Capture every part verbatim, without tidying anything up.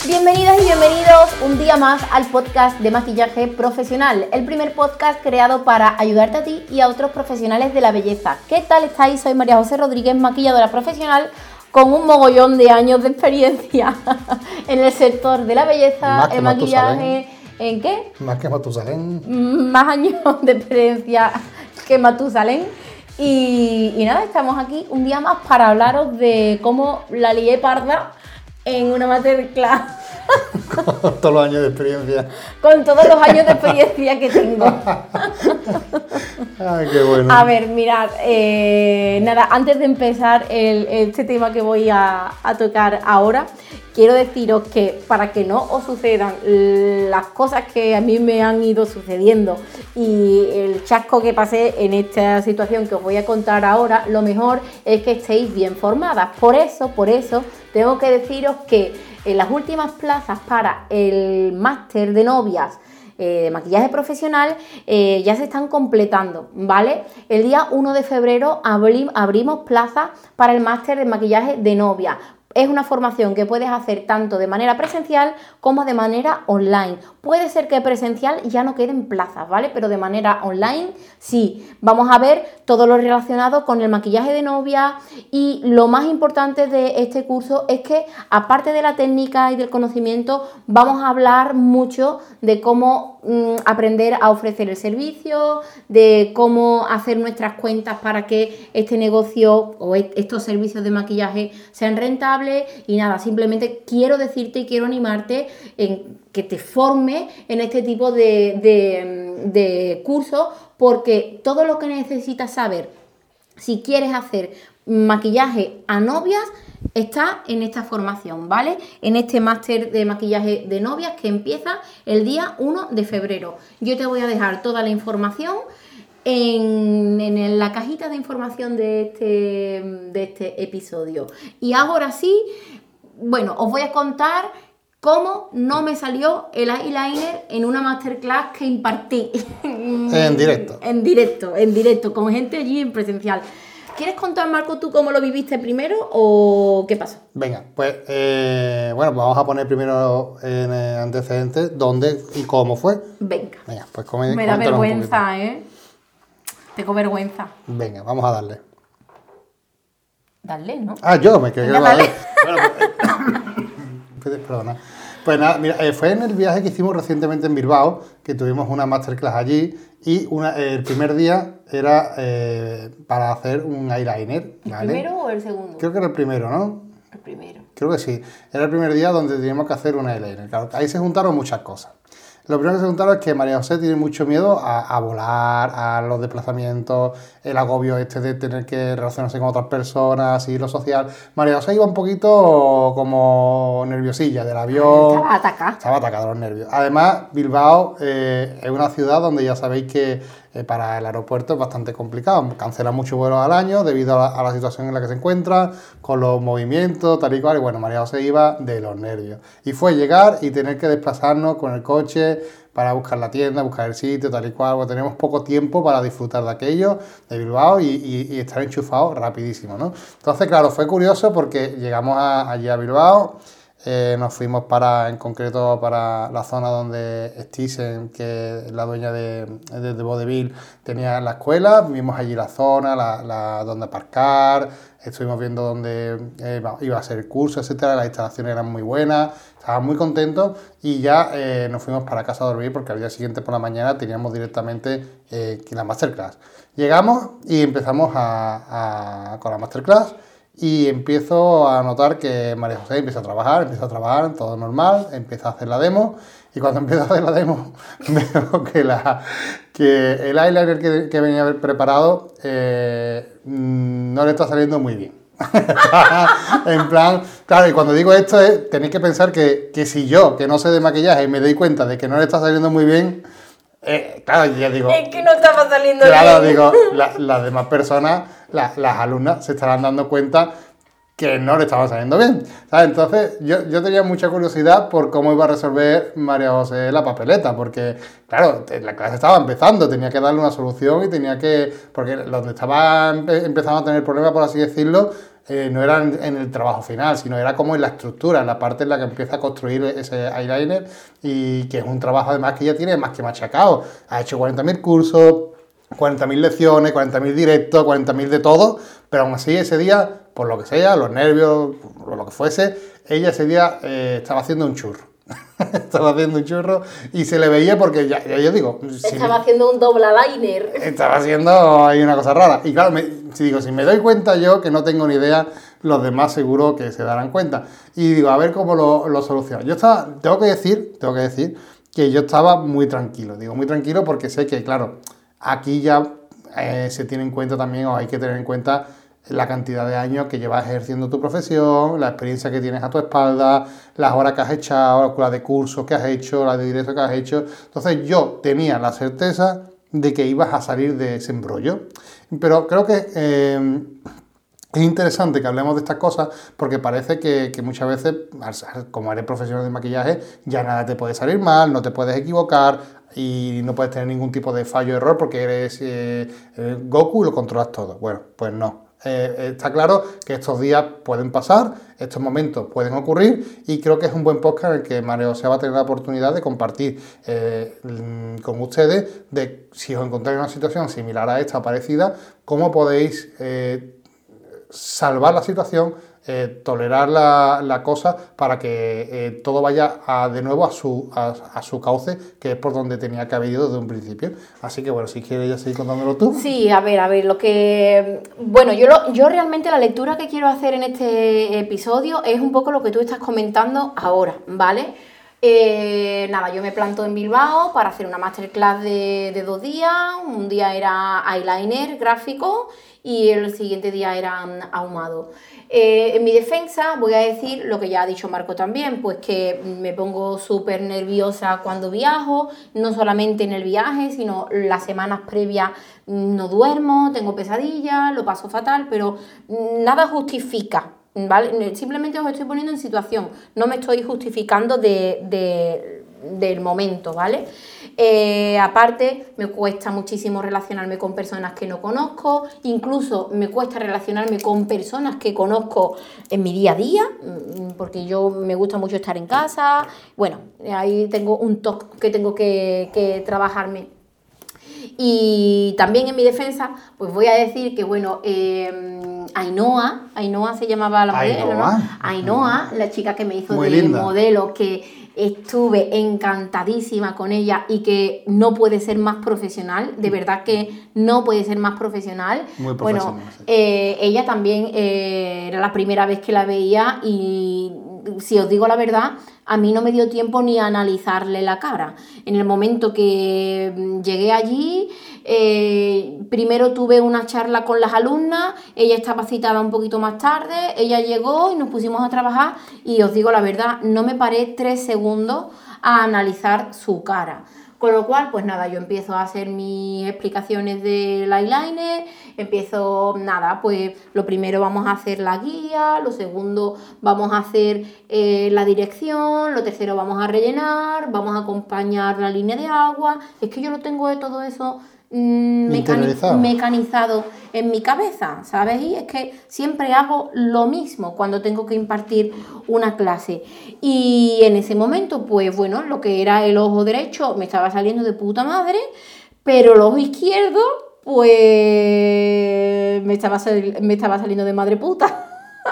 Bienvenidas y bienvenidos un día más al podcast de maquillaje profesional, el primer podcast creado para ayudarte a ti y a otros profesionales de la belleza. ¿Qué tal estáis? Soy María José Rodríguez, maquilladora profesional con un mogollón de años de experiencia en el sector de la belleza, en maquillaje. ¿En qué? Más que Matusalén. Más años de experiencia que Matusalén. Y, y nada, estamos aquí un día más para hablaros de cómo la lié parda en una masterclass. Con todos los años de experiencia. Con todos los años de experiencia que tengo. Ay, qué bueno. A ver, mirad, eh, nada, antes de empezar el, este tema que voy a, a tocar ahora, quiero deciros que para que no os sucedan las cosas que a mí me han ido sucediendo y el chasco que pasé en esta situación que os voy a contar ahora, lo mejor es que estéis bien formadas. Por eso, por eso, tengo que deciros que en las últimas plazas para el máster de novias eh, de maquillaje profesional eh, ya se están completando, ¿vale? El día uno de febrero abri- abrimos plazas para el máster de maquillaje de novia. Es una formación que puedes hacer tanto de manera presencial como de manera online. Puede ser que presencial ya no queden plazas, ¿vale? Pero de manera online sí. Vamos a ver todo lo relacionado con el maquillaje de novia y lo más importante de este curso es que aparte de la técnica y del conocimiento vamos a hablar mucho de cómo mmm, aprender a ofrecer el servicio, de cómo hacer nuestras cuentas para que este negocio o estos servicios de maquillaje sean rentables. Y nada, simplemente quiero decirte y quiero animarte en que te formes en este tipo de, de, de cursos, porque todo lo que necesitas saber si quieres hacer maquillaje a novias está en esta formación, ¿vale? En este máster de maquillaje de novias que empieza el día uno de febrero. Yo te voy a dejar toda la información En, en la cajita de información de este, de este episodio. Y ahora sí, bueno, os voy a contar cómo no me salió el eyeliner en una masterclass que impartí. En directo. En directo, en directo, con gente allí en presencial. ¿Quieres contar, Marco, tú cómo lo viviste primero o qué pasó? Venga, pues, eh, bueno, vamos a poner primero en antecedentes dónde y cómo fue. Venga. Venga, pues come, me da vergüenza, ¿eh? Tengo vergüenza. Venga, vamos a darle. Darle, ¿no? Ah, yo me quedé. Venga, dale. Bueno, pues, perdona. Pues nada, mira, eh, fue en el viaje que hicimos recientemente en Bilbao, que tuvimos una masterclass allí, y una, eh, el primer día era eh, para hacer un eyeliner. ¿El ¿vale? primero o el segundo? Creo que era el primero, ¿no? El primero. Creo que sí. Era el primer día donde teníamos que hacer un eyeliner. Claro, ahí se juntaron muchas cosas. Lo primero que se juntaron es que María José tiene mucho miedo a, a volar, a los desplazamientos, el agobio este de tener que relacionarse con otras personas y lo social. María José iba un poquito como nerviosilla del avión. Estaba atacada. Estaba atacada de los nervios. Además, Bilbao eh, es una ciudad donde ya sabéis que eh, para el aeropuerto es bastante complicado. Cancelan muchos vuelos al año debido a la, a la situación en la que se encuentra, con los movimientos, tal y cual. Y bueno, María José iba de los nervios. Y fue llegar y tener que desplazarnos con el coche para buscar la tienda, buscar el sitio, tal y cual. Pues tenemos poco tiempo para disfrutar de aquello, de Bilbao y, y, y estar enchufados rapidísimo, ¿no? Entonces, claro, fue curioso porque llegamos a, allí a Bilbao, eh, nos fuimos para, en concreto, para la zona donde Stisen, que es la dueña de, de, de Vodevil, tenía la escuela, vimos allí la zona, la, la, donde aparcar, estuvimos viendo dónde eh, iba a ser el curso, etcétera. Las instalaciones eran muy buenas, estábamos muy contentos y ya eh, nos fuimos para casa a dormir porque al día siguiente por la mañana teníamos directamente eh, la masterclass. Llegamos y empezamos a, a, con la masterclass y empiezo a notar que María José empieza a trabajar, empieza a trabajar, todo normal, empieza a hacer la demo y cuando empieza a hacer la demo veo que, la, que el eyeliner que, que venía a haber preparado eh, no le está saliendo muy bien. En plan, claro, y cuando digo esto es, tenéis que pensar que, que si yo, que no sé de maquillaje, me doy cuenta de que no le está saliendo muy bien, eh, claro, ya digo... Es que no estaba saliendo claro, bien. Claro, digo, la, las demás personas, la, las alumnas, se estarán dando cuenta que no le estaba saliendo bien, ¿sabes? Entonces yo, yo tenía mucha curiosidad por cómo iba a resolver María José la papeleta, porque, claro, la clase estaba empezando, tenía que darle una solución y tenía que... Porque donde estaba empezando a tener problemas, por así decirlo, eh, no era en, en el trabajo final, sino era como en la estructura, en la parte en la que empieza a construir ese eyeliner, y que es un trabajo además que ella tiene más que machacado. Ha hecho cuarenta mil cursos, cuarenta mil lecciones, cuarenta mil directos, cuarenta mil de todo, pero aún así ese día, por lo que sea, los nervios, por lo que fuese, ella ese día eh, estaba haciendo un churro. Estaba haciendo un churro y se le veía porque ya, ya yo digo... Si estaba me, haciendo un doble liner. Estaba haciendo ahí una cosa rara. Y claro, me, si digo, si me doy cuenta yo, que no tengo ni idea, los demás seguro que se darán cuenta. Y digo, a ver cómo lo, lo soluciono. Yo estaba, tengo que decir, tengo que decir que yo estaba muy tranquilo. Digo, muy tranquilo porque sé que, claro, aquí ya eh, se tiene en cuenta también, o hay que tener en cuenta la cantidad de años que llevas ejerciendo tu profesión, la experiencia que tienes a tu espalda, las horas que has echado, las de cursos que has hecho, las de directo que has hecho. Entonces yo tenía la certeza de que ibas a salir de ese embrollo. Pero creo que eh, es interesante que hablemos de estas cosas porque parece que, que muchas veces, como eres profesional de maquillaje, ya nada te puede salir mal, no te puedes equivocar y no puedes tener ningún tipo de fallo o error porque eres eh, Goku y lo controlas todo. Bueno, pues no. Eh, está claro que estos días pueden pasar, estos momentos pueden ocurrir y creo que es un buen podcast en el que María José va a tener la oportunidad de compartir eh, con ustedes de si os encontráis en una situación similar a esta o parecida, cómo podéis eh, salvar la situación, eh, tolerar la, la cosa para que eh, todo vaya a, de nuevo a su, a, a su cauce, que es por donde tenía que haber ido desde un principio. Así que bueno, si quieres ya seguir contándolo tú. Sí, a ver, a ver, lo que... Bueno, yo, lo, yo realmente la lectura que quiero hacer en este episodio es un poco lo que tú estás comentando ahora, ¿vale? Eh, nada, yo me planto en Bilbao para hacer una masterclass de, de dos días. Un día era eyeliner gráfico y el siguiente día era ahumado. Eh, en mi defensa voy a decir lo que ya ha dicho Marco también, pues que me pongo súper nerviosa cuando viajo, no solamente en el viaje, sino las semanas previas no duermo, tengo pesadillas, lo paso fatal, pero nada justifica, ¿vale? Simplemente os estoy poniendo en situación, no me estoy justificando de, de, del momento, ¿vale? Eh, aparte, me cuesta muchísimo relacionarme con personas que no conozco, incluso me cuesta relacionarme con personas que conozco en mi día a día, porque yo me gusta mucho estar en casa. Bueno, ahí tengo un toque que tengo que, que trabajarme. Y también en mi defensa, pues voy a decir que, bueno, eh, Ainhoa, Ainhoa se llamaba la modelo, Ainhoa, ¿no? Ainhoa, la chica que me hizo Muy de linda. modelo, que estuve encantadísima con ella y que no puede ser más profesional, de verdad que no puede ser más profesional. Muy profesional. Bueno, sí. eh, ella también eh, era la primera vez que la veía y si os digo la verdad, a mí no me dio tiempo ni a analizarle la cara. En el momento que llegué allí, eh, primero tuve una charla con las alumnas, ella estaba citada un poquito más tarde, ella llegó y nos pusimos a trabajar y os digo la verdad, no me paré tres segundos a analizar su cara. Con lo cual, pues nada, yo empiezo a hacer mis explicaciones del eyeliner, empiezo, nada, pues lo primero vamos a hacer la guía, lo segundo vamos a hacer eh, la dirección, lo tercero vamos a rellenar, vamos a acompañar la línea de agua. Es que yo lo tengo de todo eso mmm, mecani- mecanizado en mi cabeza, ¿sabes? Y es que siempre hago lo mismo cuando tengo que impartir una clase. Y en ese momento, pues bueno, lo que era el ojo derecho me estaba saliendo de puta madre, pero el ojo izquierdo, pues me estaba, sal- me estaba saliendo de madre puta.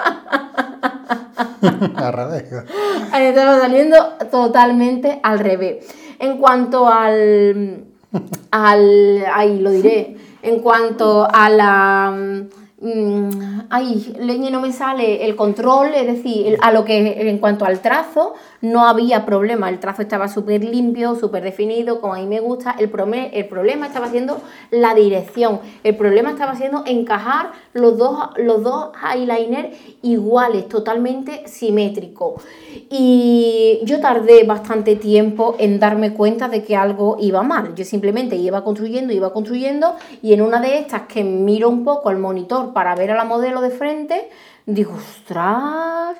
Me estaba saliendo totalmente al revés. En cuanto al... al ahí lo diré. En cuanto a la... Ay, leñe, no me sale el control, es decir, a lo que en cuanto al trazo, no había problema, el trazo estaba súper limpio, súper definido, como a mí me gusta. El, prome- el problema estaba siendo la dirección, el problema estaba siendo encajar los dos, los dos eyeliners iguales, totalmente simétricos. Y yo tardé bastante tiempo en darme cuenta de que algo iba mal. Yo simplemente iba construyendo, iba construyendo, y en una de estas que miro un poco al monitor para ver a la modelo de frente, digo, ostras,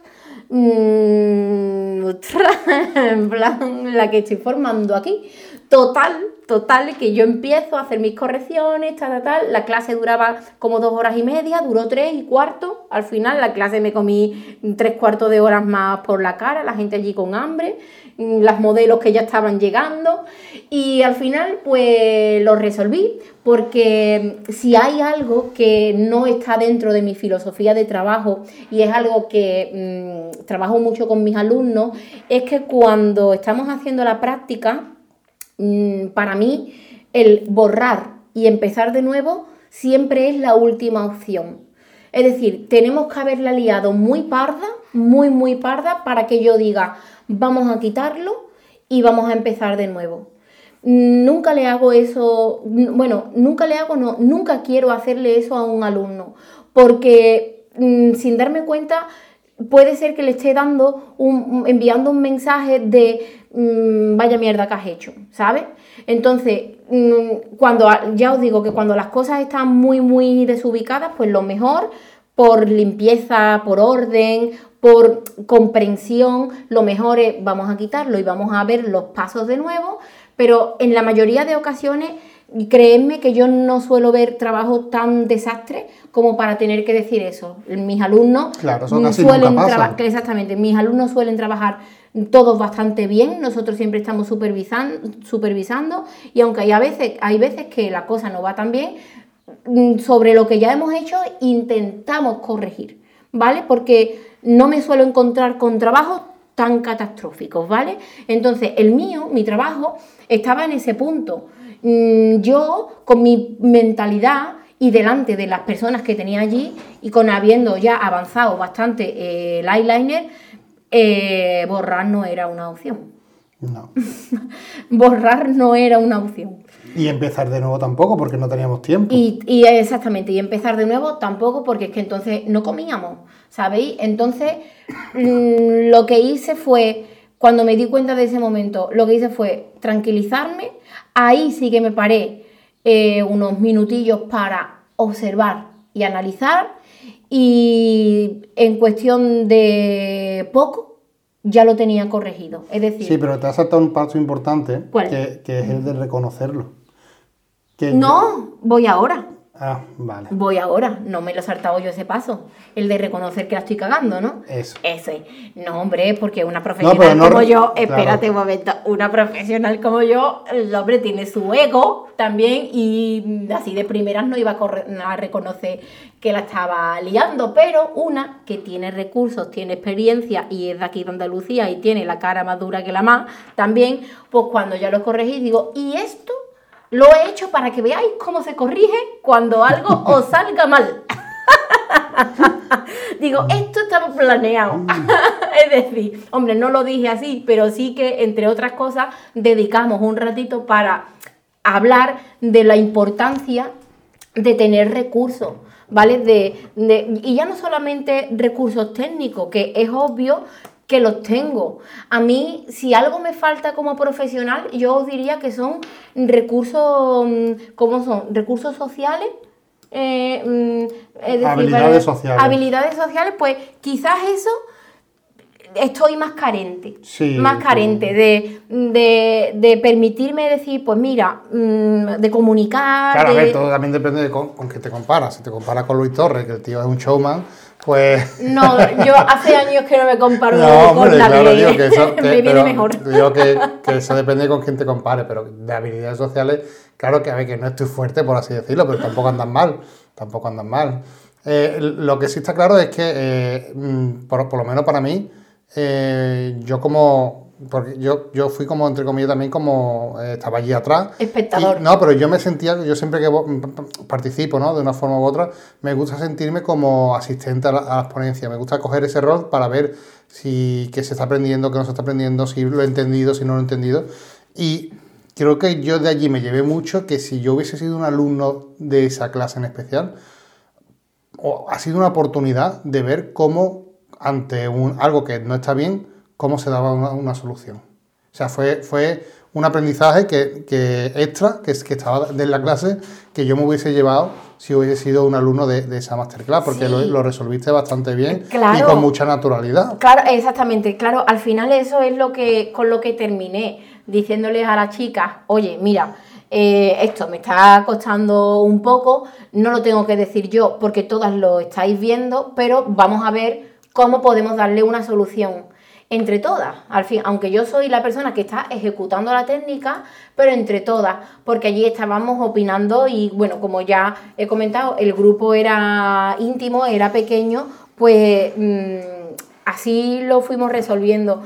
mmm, ostras, en plan, la que estoy formando aquí. Total, total, que yo empiezo a hacer mis correcciones, tal, tal, tal. La clase duraba como dos horas y media, duró tres y cuarto. Al final la clase me comí tres cuartos de horas más por la cara, la gente allí con hambre, las modelos que ya estaban llegando. Y al final pues lo resolví, porque si hay algo que no está dentro de mi filosofía de trabajo, y es algo que mmm, trabajo mucho con mis alumnos, es que cuando estamos haciendo la práctica, para mí, el borrar y empezar de nuevo siempre es la última opción. Es decir, tenemos que haberla liado muy parda, muy, muy parda, para que yo diga, vamos a quitarlo y vamos a empezar de nuevo. Nunca le hago eso, bueno, nunca le hago, no, nunca quiero hacerle eso a un alumno, porque mmm, sin darme cuenta, puede ser que le esté dando un, enviando un mensaje de mmm, vaya mierda que has hecho, ¿sabes? Entonces, mmm, cuando, ya os digo que cuando las cosas están muy, muy desubicadas, pues lo mejor, por limpieza, por orden, por comprensión, lo mejor es vamos a quitarlo y vamos a ver los pasos de nuevo, pero en la mayoría de ocasiones, créanme que yo no suelo ver trabajo tan desastre como para tener que decir eso. Mis alumnos claro, eso casi suelen nunca pasa. trabajar, exactamente, mis alumnos suelen trabajar todos bastante bien, nosotros siempre estamos supervisando, supervisando y aunque hay a veces, hay veces que la cosa no va tan bien, sobre lo que ya hemos hecho intentamos corregir, ¿vale? Porque no me suelo encontrar con trabajos tan catastróficos, ¿vale? Entonces, el mío, mi trabajo, estaba en ese punto. Yo, con mi mentalidad y delante de las personas que tenía allí y con habiendo ya avanzado bastante eh, el eyeliner, eh, borrar no era una opción. No. Borrar no era una opción. Y empezar de nuevo tampoco, porque no teníamos tiempo. Y, y exactamente, y empezar de nuevo tampoco, porque es que entonces no comíamos, ¿sabéis? Entonces, mmm, lo que hice fue, cuando me di cuenta de ese momento, lo que hice fue tranquilizarme. Ahí sí que me paré eh, unos minutillos para observar y analizar, y en cuestión de poco ya lo tenía corregido. Es decir... Sí, pero te has saltado un paso importante, ¿cuál? Que, que es el de reconocerlo. Que no, yo... voy ahora. Ah, vale. Voy ahora, no me lo he saltado yo ese paso. El de reconocer que la estoy cagando, ¿no? Eso. Ese. No, hombre, porque una profesional no, no, como yo, claro. Espérate un momento, una profesional como yo, el hombre tiene su ego también y así de primeras no iba a, corre- a reconocer que la estaba liando, pero una que tiene recursos, tiene experiencia y es de aquí de Andalucía y tiene la cara más dura que la más, también, pues cuando ya lo corregí digo, ¿y esto? Lo he hecho para que veáis cómo se corrige cuando algo os salga mal. Digo, esto estaba planeado. Es decir, hombre, no lo dije así, pero sí que, entre otras cosas, dedicamos un ratito para hablar de la importancia de tener recursos, ¿vale? De, de, y ya no solamente recursos técnicos, que es obvio que los tengo. A mí, si algo me falta como profesional, yo os diría que son recursos, ¿cómo son? Recursos sociales. Eh, es decir, habilidades sociales. Habilidades sociales, pues quizás eso estoy más carente. Sí, más carente sí. de, de, de permitirme decir, pues mira, de comunicar. Claro, de... a ver, todo también depende de con, con qué te comparas. Si te comparas con Luis Torres, que el tío es un showman, pues... No, yo hace años que no me comparo no, con hombre, nadie. Claro, digo que eso, que, me viene pero, mejor. Digo que, que eso depende con quién te compare, pero de habilidades sociales, claro que a ver, que no estoy fuerte, por así decirlo, pero tampoco andan mal, tampoco andan mal. Eh, lo que sí está claro es que, eh, por, por lo menos para mí, eh, yo como... Porque yo, yo fui como, entre comillas, también como eh, estaba allí atrás. Espectador. Y, no, pero yo me sentía, yo siempre que participo, ¿no? De una forma u otra, me gusta sentirme como asistente a, la, a las ponencias. Me gusta coger ese rol para ver si qué se está aprendiendo, qué no se está aprendiendo, si lo he entendido, si no lo he entendido. Y creo que yo de allí me llevé mucho, que si yo hubiese sido un alumno de esa clase en especial, o ha sido una oportunidad de ver cómo, ante un, algo que no está bien, cómo se daba una, una solución. O sea, fue, fue un aprendizaje que, que extra, que, es, que estaba de la clase, que yo me hubiese llevado si hubiese sido un alumno de, de esa masterclass, porque sí. lo, lo resolviste bastante bien claro, y con mucha naturalidad. Claro, exactamente, claro, al final eso es lo que con lo que terminé, diciéndoles a las chicas, oye, mira, eh, esto me está costando un poco, no lo tengo que decir yo, porque todas lo estáis viendo, pero vamos a ver cómo podemos darle una solución. Entre todas, al fin, aunque yo soy la persona que está ejecutando la técnica, pero entre todas, porque allí estábamos opinando y bueno, como ya he comentado, el grupo era íntimo, era pequeño, pues mmm, así lo fuimos resolviendo.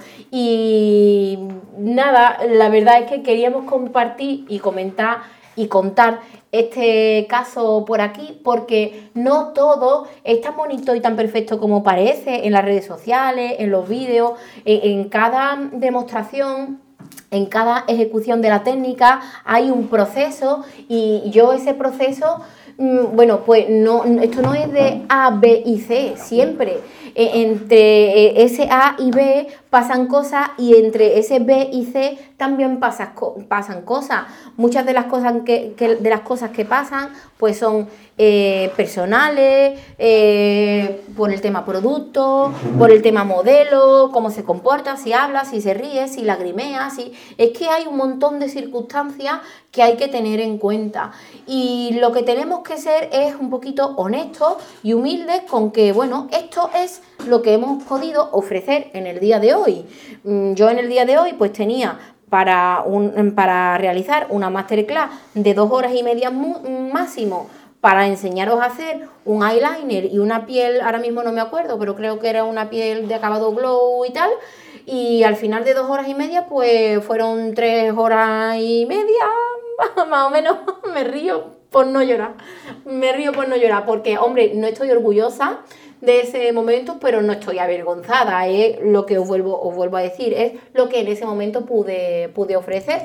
Y nada, la verdad es que queríamos compartir y comentar y contar este caso por aquí, porque no todo es tan bonito y tan perfecto como parece en las redes sociales, en los vídeos, en, en cada demostración, en cada ejecución de la técnica hay un proceso y yo ese proceso, bueno, pues no, esto no es de A, B y C, siempre. Entre ese A y B pasan cosas y entre ese B y C también pasan, pasan cosas. Muchas de las cosas que, que, de las cosas que pasan pues son eh, personales, eh, por el tema producto, por el tema modelo, cómo se comporta, si habla, si se ríe, si lagrimea, si... Es que hay un montón de circunstancias que hay que tener en cuenta. Y lo que tenemos que ser es un poquito honestos y humildes con que, bueno, esto es lo que hemos podido ofrecer en el día de hoy. Yo en el día de hoy pues tenía para, un, para realizar una masterclass de dos horas y media máximo para enseñaros a hacer un eyeliner y una piel, ahora mismo no me acuerdo, pero creo que era una piel de acabado glow y tal, y al final de dos horas y media pues fueron tres horas y media, más o menos. Me río por no llorar, me río por no llorar, porque hombre, no estoy orgullosa de ese momento, pero no estoy avergonzada, es lo que os vuelvo, os vuelvo a decir, es lo que en ese momento pude, pude ofrecer.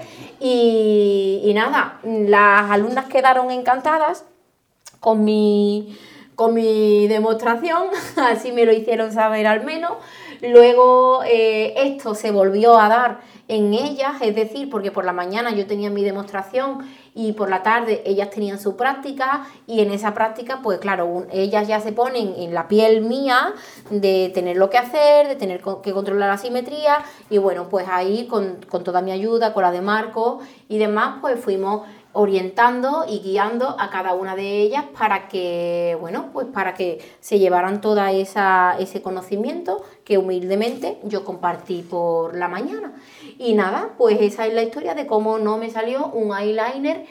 Y, y nada, las alumnas quedaron encantadas con mi, con mi demostración, así me lo hicieron saber al menos. Luego eh, esto se volvió a dar en ellas, es decir, porque por la mañana yo tenía mi demostración y por la tarde ellas tenían su práctica, y en esa práctica pues claro, un, ellas ya se ponen en la piel mía de tener lo que hacer, de tener que controlar la simetría, y bueno, pues ahí con, con toda mi ayuda, con la de Marco y demás, pues fuimos orientando y guiando a cada una de ellas para que, bueno, pues para que se llevaran toda esa ese conocimiento que humildemente yo compartí por la mañana. Y nada, pues esa es la historia de cómo no me salió un eyeliner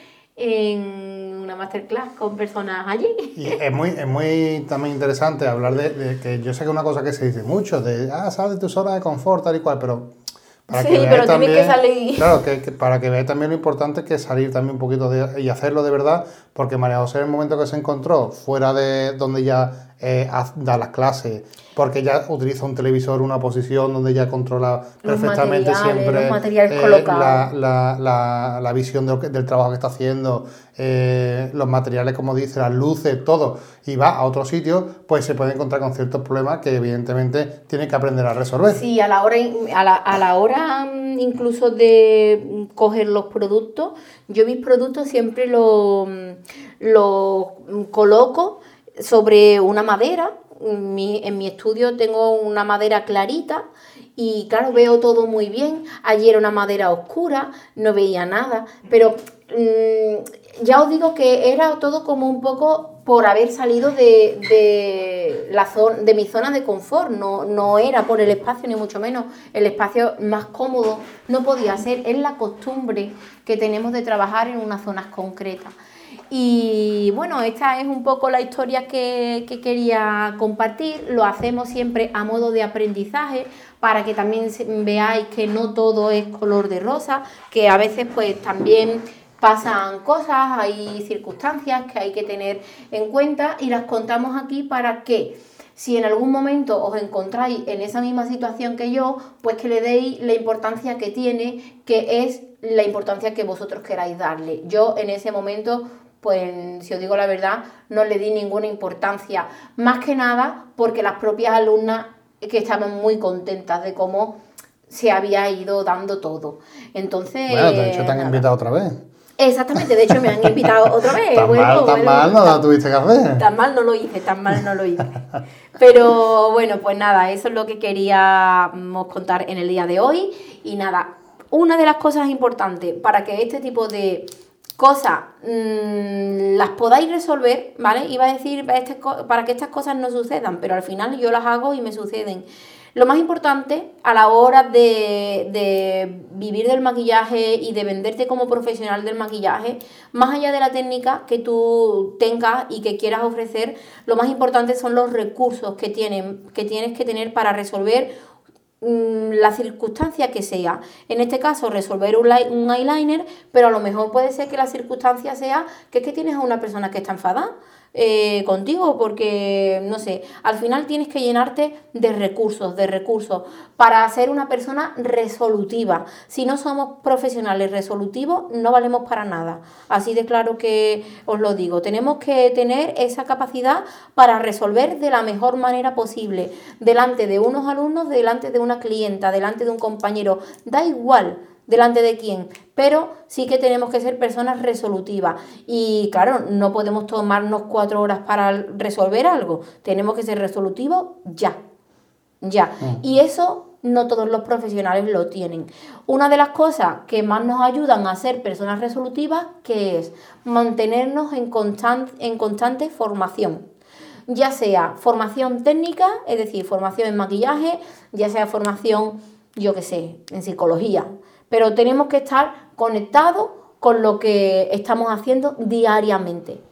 en una masterclass con personas allí. Y es muy, es muy también interesante hablar de, de que yo sé que es una cosa que se dice mucho, de, ah, sal de tu zona de confort, tal y cual, pero... Para sí, pero también, tienes que salir. Claro, que, que para que veáis también lo importante que es salir también un poquito de, y hacerlo de verdad, porque María José en el momento que se encontró fuera de donde ya eh, da las clases, porque ya utiliza un televisor, una posición donde ya controla los perfectamente siempre los materiales eh, colocados. La, la, la, la visión de, del trabajo que está haciendo, eh, los materiales, como dice, las luces, todo, y va a otro sitio, pues se puede encontrar con ciertos problemas que evidentemente tiene que aprender a resolver. Sí, a la hora, a la, a la hora incluso de coger los productos, yo mis productos siempre los, los coloco sobre una madera. Mi, en mi estudio tengo una madera clarita y claro, veo todo muy bien. Ayer era una madera oscura, no veía nada, pero mmm, ya os digo que era todo como un poco por haber salido de, de, la zona, de mi zona de confort, no, no era por el espacio ni mucho menos, el espacio más cómodo no podía ser, es la costumbre que tenemos de trabajar en unas zonas concretas. Y bueno, esta es un poco la historia que, que quería compartir. Lo hacemos siempre a modo de aprendizaje para que también veáis que no todo es color de rosa, que a veces pues también pasan cosas, hay circunstancias que hay que tener en cuenta y las contamos aquí para que si en algún momento os encontráis en esa misma situación que yo, pues que le deis la importancia que tiene, que es la importancia que vosotros queráis darle. Yo en ese momento, pues si os digo la verdad, no le di ninguna importancia, más que nada porque las propias alumnas que estaban muy contentas de cómo se había ido dando todo. Entonces... Bueno, de hecho te han nada. invitado otra vez. Exactamente, de hecho me han invitado otra vez. Tan bueno, mal, tan bueno, mal no tan, tuviste que hacer. Tan mal no lo hice, tan mal no lo hice. Pero bueno, pues nada, eso es lo que queríamos contar en el día de hoy. Y nada, una de las cosas importantes para que este tipo de cosas mmm, las podáis resolver, ¿vale? Iba a decir este, para que estas cosas no sucedan, pero al final yo las hago y me suceden. Lo más importante a la hora de, de vivir del maquillaje y de venderte como profesional del maquillaje, más allá de la técnica que tú tengas y que quieras ofrecer, lo más importante son los recursos que, tienen, que tienes que tener para resolver mmm, la circunstancia que sea. En este caso, resolver un, un eyeliner, pero a lo mejor puede ser que la circunstancia sea que es que tienes a una persona que está enfadada Eh, contigo, porque no sé, al final tienes que llenarte de recursos, de recursos para ser una persona resolutiva. Si no somos profesionales resolutivos, no valemos para nada. Así de claro que os lo digo. Tenemos que tener esa capacidad para resolver de la mejor manera posible, delante de unos alumnos, delante de una clienta, delante de un compañero, da igual delante de quién, pero sí que tenemos que ser personas resolutivas y claro, no podemos tomarnos cuatro horas para resolver algo, tenemos que ser resolutivos ya, ya, mm. y eso no todos los profesionales lo tienen. Una de las cosas que más nos ayudan a ser personas resolutivas, que es mantenernos en, constant, en constante formación. Ya sea formación técnica, es decir, formación en maquillaje, ya sea formación, yo qué sé, en psicología, pero tenemos que estar conectados con lo que estamos haciendo diariamente.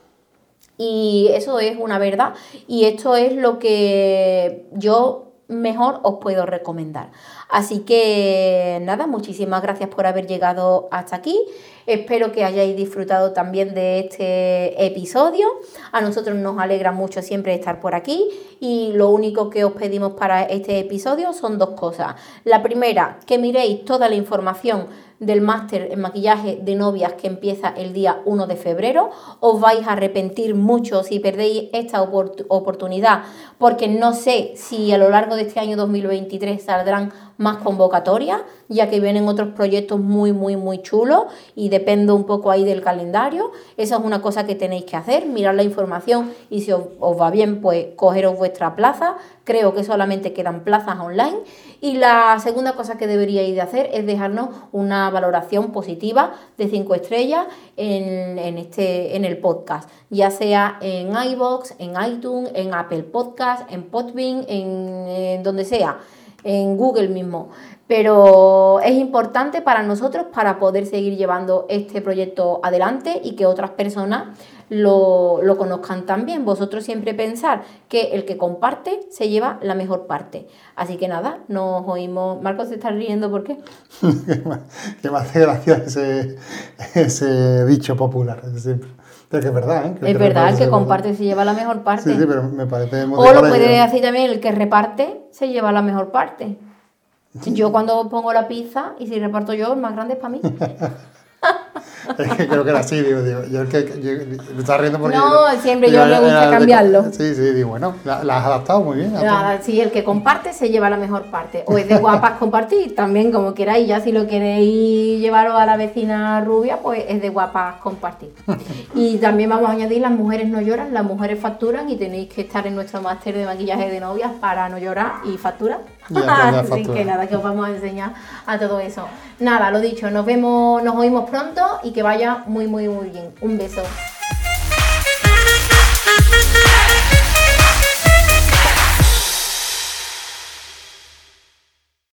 Y eso es una verdad. Y esto es lo que yo mejor os puedo recomendar. Así que nada, muchísimas gracias por haber llegado hasta aquí. Espero que hayáis disfrutado también de este episodio. A nosotros nos alegra mucho siempre estar por aquí y lo único que os pedimos para este episodio son dos cosas. La primera, que miréis toda la información del máster en maquillaje de novias que empieza el día uno de febrero. Os vais a arrepentir mucho si perdéis esta oport- oportunidad porque no sé si a lo largo de este año dos mil veintitrés saldrán más convocatorias, ya que vienen otros proyectos muy, muy, muy chulos y depende un poco ahí del calendario. Esa es una cosa que tenéis que hacer, mirar la información y si os, os va bien, pues cogeros vuestra plaza. Creo que solamente quedan plazas online. Y la segunda cosa que deberíais de hacer es dejarnos una valoración positiva de cinco estrellas en, en, este, en el podcast, ya sea en iVoox, en iTunes, en Apple Podcast, en Podbean, en, en donde sea, en Google mismo. Pero es importante para nosotros para poder seguir llevando este proyecto adelante y que otras personas lo, lo conozcan también. Vosotros siempre pensar que el que comparte se lleva la mejor parte. Así que nada, nos oímos. Marcos se está riendo, ¿por qué? Que me hace gracia ese, ese dicho popular de siempre. Pero que es verdad, ¿eh? Que es verdad, el que comparte se lleva la mejor parte. Sí, sí, pero me parece muy O lo puede decir también, el que reparte se lleva la mejor parte. Yo cuando pongo la pizza y si reparto yo, el más grande es para mí. Es que creo que era así, digo, digo yo el que yo, me estaba riendo porque... No, yo, siempre digo, yo me gusta cambiarlo. De, sí, sí, digo, bueno, la, la has adaptado muy bien. Nada, sí, el que comparte se lleva la mejor parte. O es de guapas compartir, también como queráis, ya si lo queréis llevaros a la vecina rubia, pues es de guapas compartir. Y también vamos a añadir, las mujeres no lloran, las mujeres facturan y tenéis que estar en nuestro máster de maquillaje de novias para no llorar y facturar. Así que nada, que os vamos a enseñar a todo eso. Nada, lo dicho, nos vemos, nos oímos pronto y que vaya muy, muy, muy bien. Un beso.